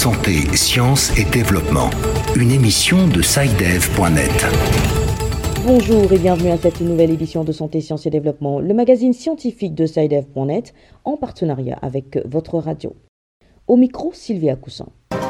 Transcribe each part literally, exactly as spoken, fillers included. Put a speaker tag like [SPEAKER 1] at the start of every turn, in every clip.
[SPEAKER 1] Santé, sciences et développement. Une émission de SciDev point net.
[SPEAKER 2] Bonjour et bienvenue à cette nouvelle édition de Santé, Sciences et Développement, le magazine scientifique de SciDev point net en partenariat avec votre radio. Au micro, Sylvia Coussin.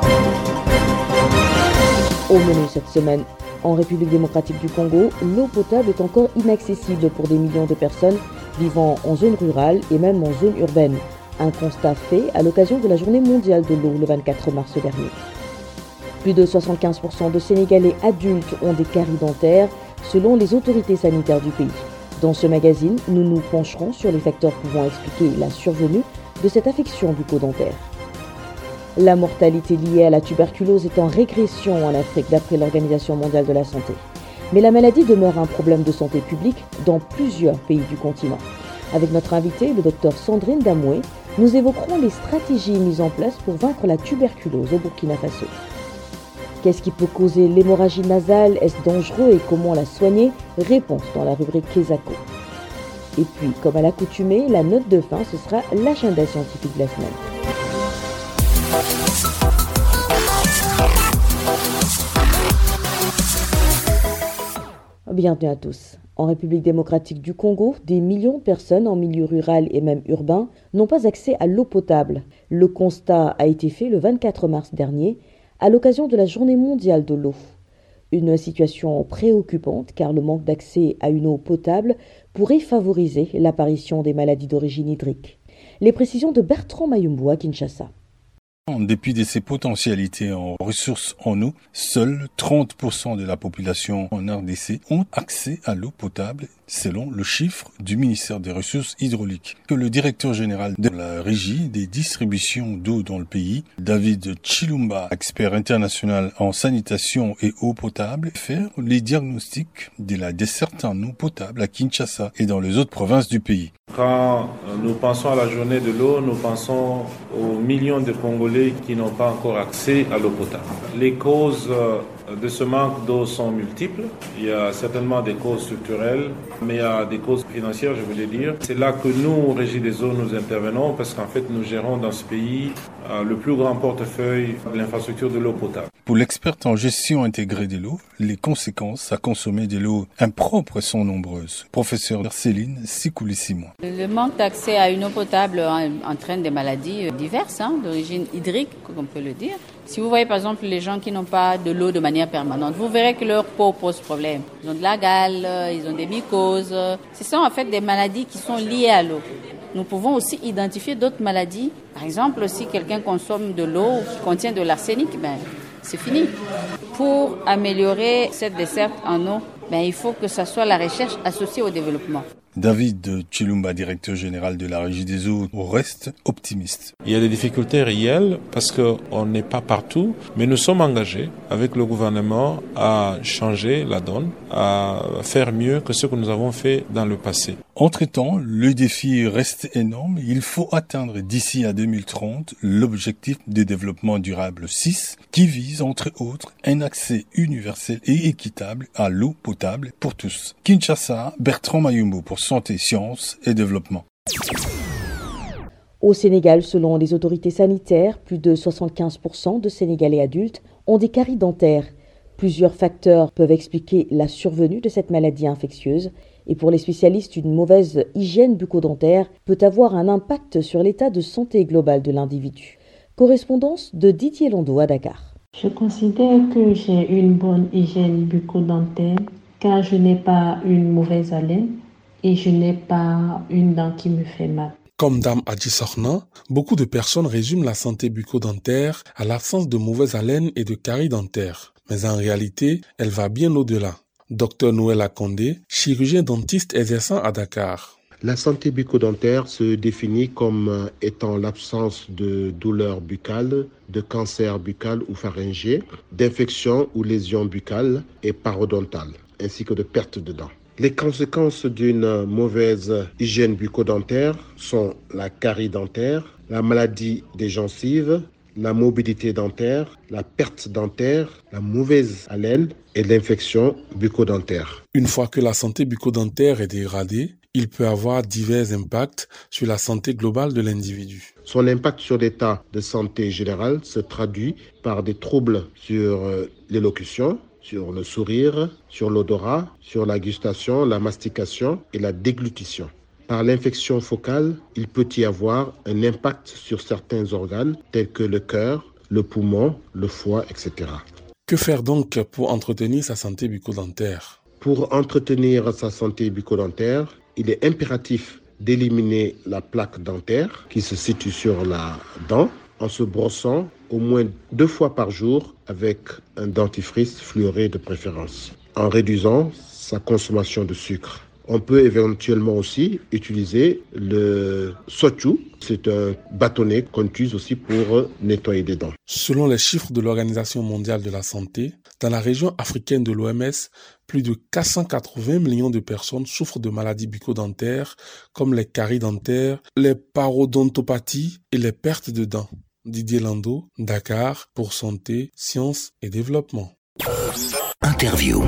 [SPEAKER 2] Au menu cette semaine, en République démocratique du Congo, l'eau potable est encore inaccessible pour des millions de personnes vivant en zone rurale et même en zone urbaine. Un constat fait à l'occasion de la Journée mondiale de l'eau le vingt-quatre mars dernier. Plus de soixante-quinze pour cent de Sénégalais adultes ont des caries dentaires selon les autorités sanitaires du pays. Dans ce magazine, nous nous pencherons sur les facteurs pouvant expliquer la survenue de cette affection bucco-dentaire. La mortalité liée à la tuberculose est en régression en Afrique d'après l'Organisation mondiale de la santé. Mais la maladie demeure un problème de santé publique dans plusieurs pays du continent. Avec notre invité, le docteur Sandrine Damoué, nous évoquerons les stratégies mises en place pour vaincre la tuberculose au Burkina Faso. Qu'est-ce qui peut causer l'hémorragie nasale? Est-ce dangereux et comment la soigner? Réponse dans la rubrique Kesako. Et puis, comme à l'accoutumée, la note de fin, ce sera l'agenda scientifique de la semaine. Bienvenue à tous. En République démocratique du Congo, des millions de personnes en milieu rural et même urbain n'ont pas accès à l'eau potable. Le constat a été fait le vingt-quatre mars dernier à l'occasion de la Journée mondiale de l'eau. Une situation préoccupante car le manque d'accès à une eau potable pourrait favoriser l'apparition des maladies d'origine hydrique. Les précisions de Bertrand Mayumbu à Kinshasa.
[SPEAKER 3] En dépit de ses potentialités en ressources en eau, seuls trente pour cent de la population en R D C ont accès à l'eau potable, selon le chiffre du ministère des Ressources hydrauliques. Que le directeur général de la Régie des distributions d'eau dans le pays, David Chilumba, expert international en sanitation et eau potable, fait les diagnostics de la desserte en eau potable à Kinshasa et dans les autres provinces du pays.
[SPEAKER 4] Quand nous pensons à la journée de l'eau, nous pensons aux millions de Congolais qui n'ont pas encore accès à l'eau potable. Les causes de ce manque d'eau sont multiples. Il y a certainement des causes structurelles, mais il y a des causes financières, je voulais dire. C'est là que nous, Régie des eaux, nous intervenons parce qu'en fait, nous gérons dans ce pays le plus grand portefeuille de l'infrastructure de l'eau potable.
[SPEAKER 3] Pour l'experte en gestion intégrée de l'eau, les conséquences à consommer de l'eau impropre sont nombreuses. Professeur Céline Sikoulissimon.
[SPEAKER 5] Le manque d'accès à une eau potable entraîne des maladies diverses, hein, d'origine hydrique, comme on peut le dire. Si vous voyez par exemple les gens qui n'ont pas de l'eau de manière permanente, vous verrez que leur peau pose problème. Ils ont de la gale, ils ont des mycoses. Ce sont en fait des maladies qui sont liées à l'eau. Nous pouvons aussi identifier d'autres maladies. Par exemple, si quelqu'un consomme de l'eau qui contient de l'arsenic, ben, c'est fini. Pour améliorer cette desserte en eau, ben, il faut que ce soit la recherche associée au développement.
[SPEAKER 3] David Chilumba, directeur général de la Régie des eaux, reste optimiste.
[SPEAKER 6] Il y a des difficultés réelles parce qu'on n'est pas partout, mais nous sommes engagés avec le gouvernement à changer la donne, à faire mieux que ce que nous avons fait dans le passé.
[SPEAKER 3] Entre-temps, le défi reste énorme. Il faut atteindre d'ici à deux mille trente l'objectif de développement durable six qui vise entre autres un accès universel et équitable à l'eau potable pour tous. Kinshasa, Bertrand Mayumbu pour Santé, Sciences et Développement.
[SPEAKER 2] Au Sénégal, selon les autorités sanitaires, plus de soixante-quinze pour cent de Sénégalais adultes ont des caries dentaires. Plusieurs facteurs peuvent expliquer la survenue de cette maladie infectieuse. Et pour les spécialistes, une mauvaise hygiène bucco-dentaire peut avoir un impact sur l'état de santé global de l'individu. Correspondance de Didier Londo à Dakar.
[SPEAKER 7] Je considère que j'ai une bonne hygiène bucco-dentaire car je n'ai pas une mauvaise haleine et je n'ai pas une dent qui me fait mal.
[SPEAKER 8] Comme Dame Adji Sorna, beaucoup de personnes résument la santé bucco-dentaire à l'absence de mauvaise haleine et de caries dentaires. Mais en réalité, elle va bien au-delà. Docteur Noël Akondé, chirurgien dentiste exerçant à Dakar.
[SPEAKER 9] La santé bucco-dentaire se définit comme étant l'absence de douleurs buccales, de cancer buccal ou pharyngé, d'infections ou lésions buccales et parodontales, ainsi que de perte de dents. Les conséquences d'une mauvaise hygiène bucco-dentaire sont la carie dentaire, la maladie des gencives, la mobilité dentaire, la perte dentaire, la mauvaise haleine et l'infection bucco-dentaire.
[SPEAKER 8] Une fois que la santé bucco-dentaire est dégradée, Il peut avoir divers impacts sur la santé globale de l'individu.
[SPEAKER 9] Son impact sur l'état de santé général se traduit par des troubles sur l'élocution, sur le sourire, sur l'odorat, sur la gustation, la mastication et la déglutition. Par l'infection focale, il peut y avoir un impact sur certains organes tels que le cœur, le poumon, le foie, et cetera.
[SPEAKER 8] Que faire donc pour entretenir sa santé bucco-dentaire ?
[SPEAKER 9] Pour entretenir sa santé bucco-dentaire, il est impératif d'éliminer la plaque dentaire qui se situe sur la dent en se brossant au moins deux fois par jour avec un dentifrice fluoré de préférence, en réduisant sa consommation de sucre. On peut éventuellement aussi utiliser le sochu. C'est un bâtonnet qu'on utilise aussi pour nettoyer des dents.
[SPEAKER 8] Selon les chiffres de l'Organisation mondiale de la santé, dans la région africaine de l'O M S, plus de quatre cent quatre-vingts millions de personnes souffrent de maladies bucco-dentaires comme les caries dentaires, les parodontopathies et les pertes de dents. Didier Lando, Dakar, pour Santé, Sciences et Développement.
[SPEAKER 1] Interview.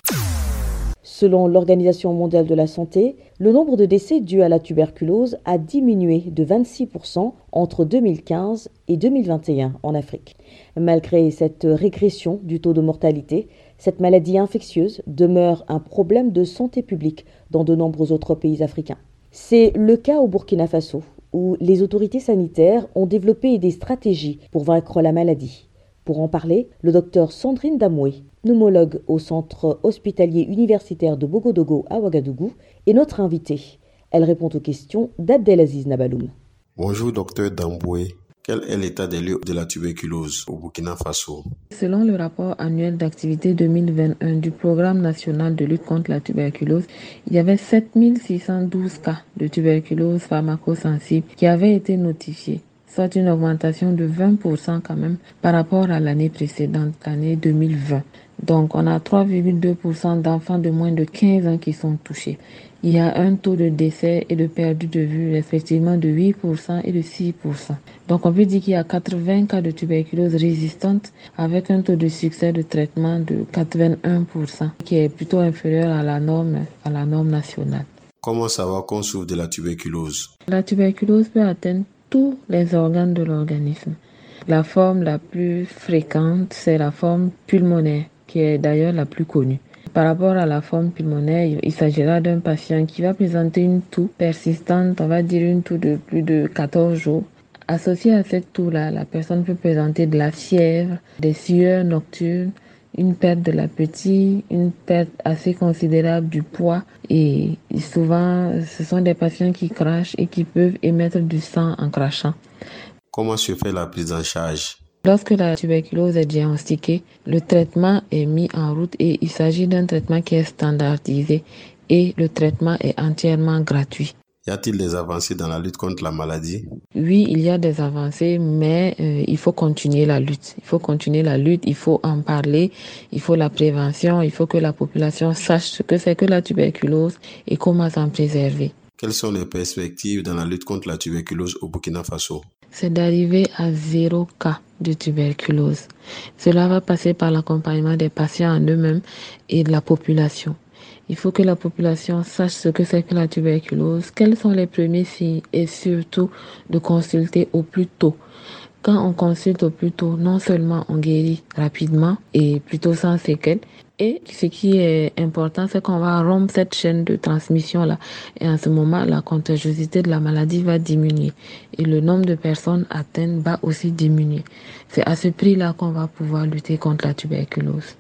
[SPEAKER 2] Selon l'Organisation mondiale de la santé, le nombre de décès dus à la tuberculose a diminué de vingt-six pour cent entre deux mille quinze et deux mille vingt et un en Afrique. Malgré cette régression du taux de mortalité, cette maladie infectieuse demeure un problème de santé publique dans de nombreux autres pays africains. C'est le cas au Burkina Faso, où les autorités sanitaires ont développé des stratégies pour vaincre la maladie. Pour en parler, le docteur Sandrine Damoué, pneumologue au centre hospitalier universitaire de Bogodogo à Ouagadougou, est notre invitée. Elle répond aux questions d'Abdelaziz Nabaloum.
[SPEAKER 10] Bonjour docteur Damoué. Quel est l'état des lieux de la tuberculose au Burkina Faso?
[SPEAKER 7] Selon le rapport annuel d'activité deux mille vingt et un du Programme national de lutte contre la tuberculose, il y avait sept mille six cent douze cas de tuberculose pharmacosensible qui avaient été notifiés, soit une augmentation de vingt pour cent quand même par rapport à l'année précédente, l'année deux mille vingt. Donc on a trois virgule deux pour cent d'enfants de moins de quinze ans qui sont touchés. Il y a un taux de décès et de perdu de vue respectivement de huit pour cent et de six pour cent. Donc on peut dire qu'il y a quatre-vingts cas de tuberculose résistante avec un taux de succès de traitement de quatre-vingt-un pour cent qui est plutôt inférieur à la norme, à la norme nationale.
[SPEAKER 10] Comment savoir qu'on souffre de la tuberculose?
[SPEAKER 7] La tuberculose peut atteindre tous les organes de l'organisme. La forme la plus fréquente, c'est la forme pulmonaire, qui est d'ailleurs la plus connue. Par rapport à la forme pulmonaire, il s'agira d'un patient qui va présenter une toux persistante, on va dire une toux de plus de quatorze jours. Associée à cette toux-là, la personne peut présenter de la fièvre, des sueurs nocturnes, une perte de l'appétit, une perte assez considérable du poids et souvent ce sont des patients qui crachent et qui peuvent émettre du sang en crachant.
[SPEAKER 10] Comment se fait la prise en charge?
[SPEAKER 7] Lorsque la tuberculose est diagnostiquée, le traitement est mis en route et il s'agit d'un traitement qui est standardisé et le traitement est entièrement gratuit.
[SPEAKER 10] Y a-t-il des avancées dans la lutte contre la maladie?
[SPEAKER 7] Oui, il y a des avancées, mais euh, il faut continuer la lutte. Il faut continuer la lutte, il faut en parler, il faut la prévention, il faut que la population sache ce que c'est que la tuberculose et comment s'en préserver.
[SPEAKER 10] Quelles sont les perspectives dans la lutte contre la tuberculose au Burkina Faso?
[SPEAKER 7] C'est d'arriver à zéro cas de tuberculose. Cela va passer par l'accompagnement des patients en eux-mêmes et de la population. Il faut que la population sache ce que c'est que la tuberculose, quels sont les premiers signes et surtout de consulter au plus tôt. Quand on consulte au plus tôt, non seulement on guérit rapidement et plutôt sans séquelles, et ce qui est important, c'est qu'on va rompre cette chaîne de transmission-là. Et en ce moment, la contagiosité de la maladie va diminuer. Et le nombre de personnes atteintes va aussi diminuer. C'est à ce prix-là qu'on va pouvoir lutter contre la tuberculose.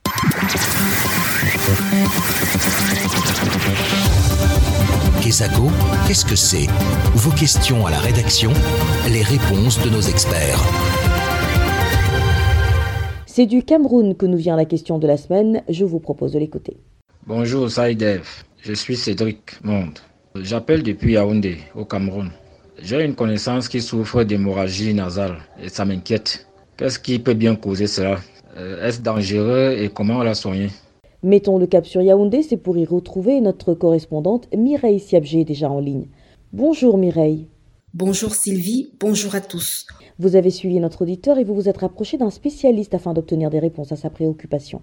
[SPEAKER 1] Kesako, qu'est-ce que c'est? Vos questions à la rédaction, les réponses de nos experts.
[SPEAKER 2] C'est du Cameroun que nous vient la question de la semaine. Je vous propose de l'écouter.
[SPEAKER 11] Bonjour Saïdev, je suis Cédric Monde. J'appelle depuis Yaoundé, au Cameroun. J'ai une connaissance qui souffre d'hémorragie nasale et ça m'inquiète. Qu'est-ce qui peut bien causer cela? Est-ce dangereux et comment la soigner?
[SPEAKER 2] Mettons le cap sur Yaoundé, c'est pour y retrouver notre correspondante Mireille Siabgé déjà en ligne. Bonjour Mireille.
[SPEAKER 12] Bonjour Sylvie, bonjour à tous.
[SPEAKER 2] Vous avez suivi notre auditeur et vous vous êtes rapproché d'un spécialiste afin d'obtenir des réponses à sa préoccupation.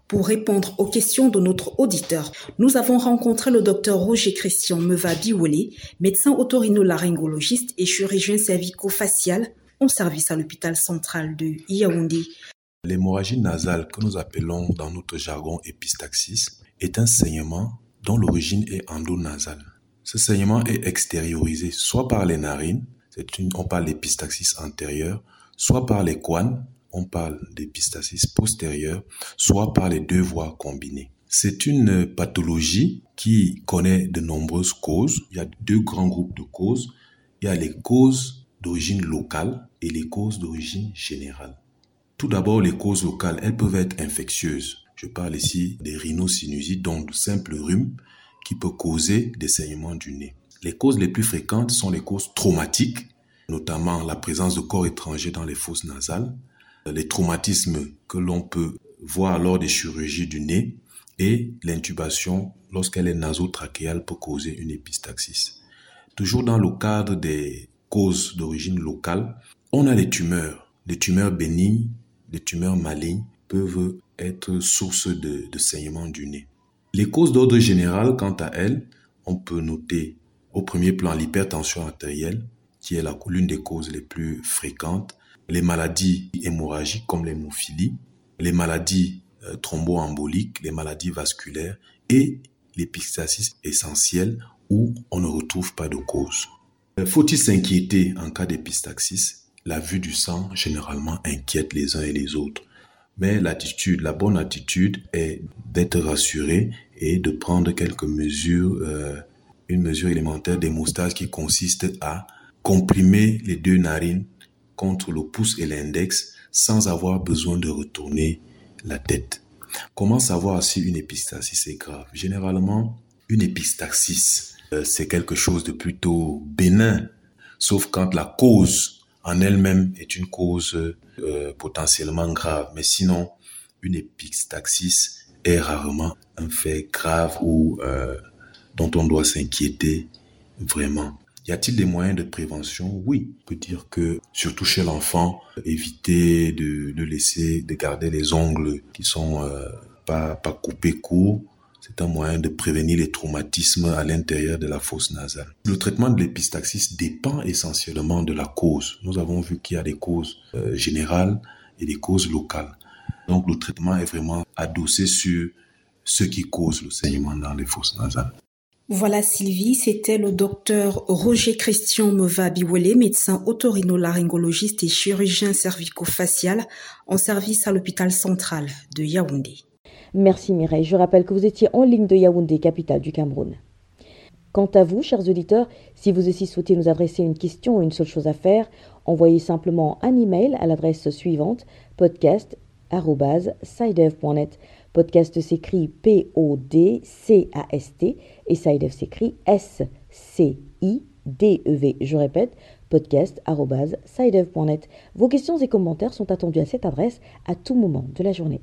[SPEAKER 12] Pour répondre aux questions de notre auditeur, nous avons rencontré le docteur Roger Christian Meva Biwole, médecin otorhinolaryngologiste et chirurgien cervico-facial en service à l'hôpital central de Yaoundé.
[SPEAKER 13] L'hémorragie nasale, que nous appelons dans notre jargon épistaxis, est un saignement dont l'origine est endonasale. Ce saignement est extériorisé soit par les narines, c'est une, on parle d'épistaxis antérieure, soit par les couannes, on parle d'épistaxis postérieure, soit par les deux voies combinées. C'est une pathologie qui connaît de nombreuses causes. Il y a deux grands groupes de causes. Il y a les causes d'origine locale et les causes d'origine générale. Tout d'abord, les causes locales, elles peuvent être infectieuses. Je parle ici des rhinosinusites, donc de simples rhumes qui peuvent causer des saignements du nez. Les causes les plus fréquentes sont les causes traumatiques, notamment la présence de corps étrangers dans les fosses nasales, les traumatismes que l'on peut voir lors des chirurgies du nez et l'intubation lorsqu'elle est nasotrachéale peut causer une épistaxis. Toujours dans le cadre des causes d'origine locale, on a les tumeurs, les tumeurs bénignes, les tumeurs malignes peuvent être source de, de saignement du nez. Les causes d'ordre général, quant à elles, on peut noter au premier plan l'hypertension artérielle, qui est la, l'une des causes les plus fréquentes, les maladies hémorragiques comme l'hémophilie, les maladies euh, thromboemboliques, les maladies vasculaires et l'épistaxis essentielle où on ne retrouve pas de cause. Euh, faut-il s'inquiéter en cas d'épistaxis? La vue du sang, généralement, inquiète les uns et les autres. Mais l'attitude, la bonne attitude est d'être rassuré et de prendre quelques mesures, euh, une mesure élémentaire d'hémostase qui consiste à comprimer les deux narines contre le pouce et l'index sans avoir besoin de retourner la tête. Comment savoir si une épistaxis est grave? Généralement, une épistaxis, euh, c'est quelque chose de plutôt bénin, sauf quand la cause en elle-même est une cause euh, potentiellement grave. Mais sinon, une épistaxis est rarement un fait grave ou euh, dont on doit s'inquiéter vraiment. Y a-t-il des moyens de prévention? Oui, on peut dire que, surtout chez l'enfant, éviter de, de laisser, de garder les ongles qui sont euh, pas, pas coupés courts. C'est un moyen de prévenir les traumatismes à l'intérieur de la fosse nasale. Le traitement de l'épistaxis dépend essentiellement de la cause. Nous avons vu qu'il y a des causes euh, générales et des causes locales. Donc le traitement est vraiment adossé sur ce qui cause le saignement dans les fosses nasales.
[SPEAKER 12] Voilà Sylvie, c'était le docteur Roger Christian Meva Biwole, médecin otorhinolaryngologiste et chirurgien cervico-facial en service à l'hôpital central de Yaoundé.
[SPEAKER 2] Merci Mireille. Je rappelle que vous étiez en ligne de Yaoundé, capitale du Cameroun. Quant à vous, chers auditeurs, si vous aussi souhaitez nous adresser une question ou une seule chose à faire, envoyez simplement un email à l'adresse suivante, podcast arobase sidev point net. Podcast s'écrit P O D C A S T et Sidev s'écrit S C I D E V. Je répète, podcast arobase sidev point net. Vos questions et commentaires sont attendus à cette adresse à tout moment de la journée.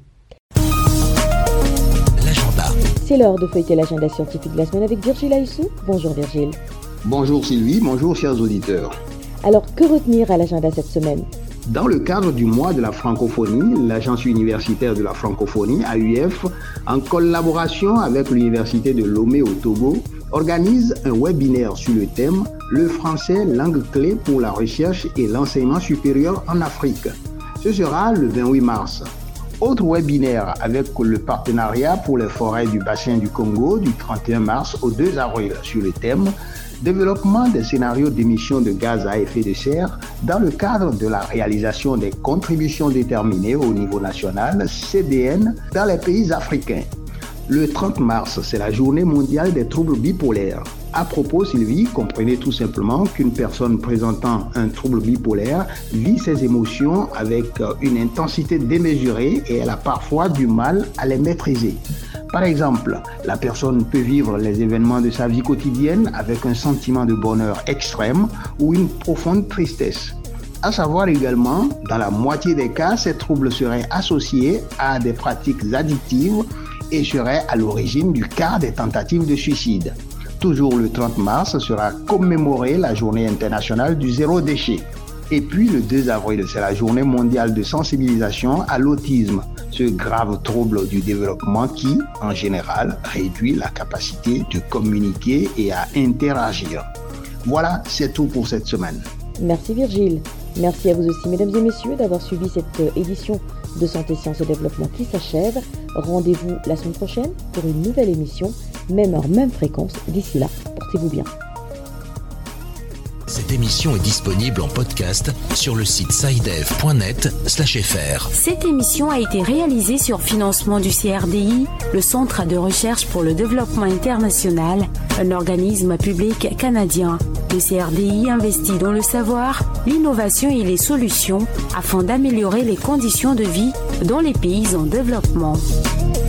[SPEAKER 2] C'est l'heure de feuilleter l'agenda scientifique de la semaine avec Virgile Aissou. Bonjour Virgile.
[SPEAKER 14] Bonjour Sylvie, bonjour chers auditeurs.
[SPEAKER 2] Alors que retenir à l'agenda cette semaine?
[SPEAKER 14] Dans le cadre du mois de la francophonie, l'Agence universitaire de la francophonie, A U F, en collaboration avec l'Université de Lomé au Togo, organise un webinaire sur le thème « Le français, langue clé pour la recherche et l'enseignement supérieur en Afrique ». Ce sera le vingt-huit mars. Autre webinaire avec le partenariat pour les forêts du bassin du Congo du trente et un mars au deux avril sur le thème « Développement des scénarios d'émissions de gaz à effet de serre dans le cadre de la réalisation des contributions déterminées au niveau national C D N dans les pays africains ». Le trente mars, c'est la journée mondiale des troubles bipolaires. À propos, Sylvie, comprenez tout simplement qu'une personne présentant un trouble bipolaire vit ses émotions avec une intensité démesurée et elle a parfois du mal à les maîtriser. Par exemple, la personne peut vivre les événements de sa vie quotidienne avec un sentiment de bonheur extrême ou une profonde tristesse. À savoir également, dans la moitié des cas, ces troubles seraient associés à des pratiques addictives et seraient à l'origine du quart des tentatives de suicide. Toujours le trente mars sera commémorée la journée internationale du zéro déchet. Et puis le deux avril, c'est la journée mondiale de sensibilisation à l'autisme, ce grave trouble du développement qui, en général, réduit la capacité de communiquer et à interagir. Voilà, c'est tout pour cette semaine.
[SPEAKER 2] Merci Virgile. Merci à vous aussi, mesdames et messieurs, d'avoir suivi cette édition de Santé, Sciences et Développement qui s'achève. Rendez-vous la semaine prochaine pour une nouvelle émission, même heure, même fréquence. D'ici là, portez-vous bien.
[SPEAKER 1] Cette émission est disponible en podcast sur le site saidev point net slash f r.
[SPEAKER 15] Cette émission a été réalisée sur financement du C R D I, le Centre de recherche pour le développement international, un organisme public canadien. Le C R D I investit dans le savoir, l'innovation et les solutions afin d'améliorer les conditions de vie dans les pays en développement.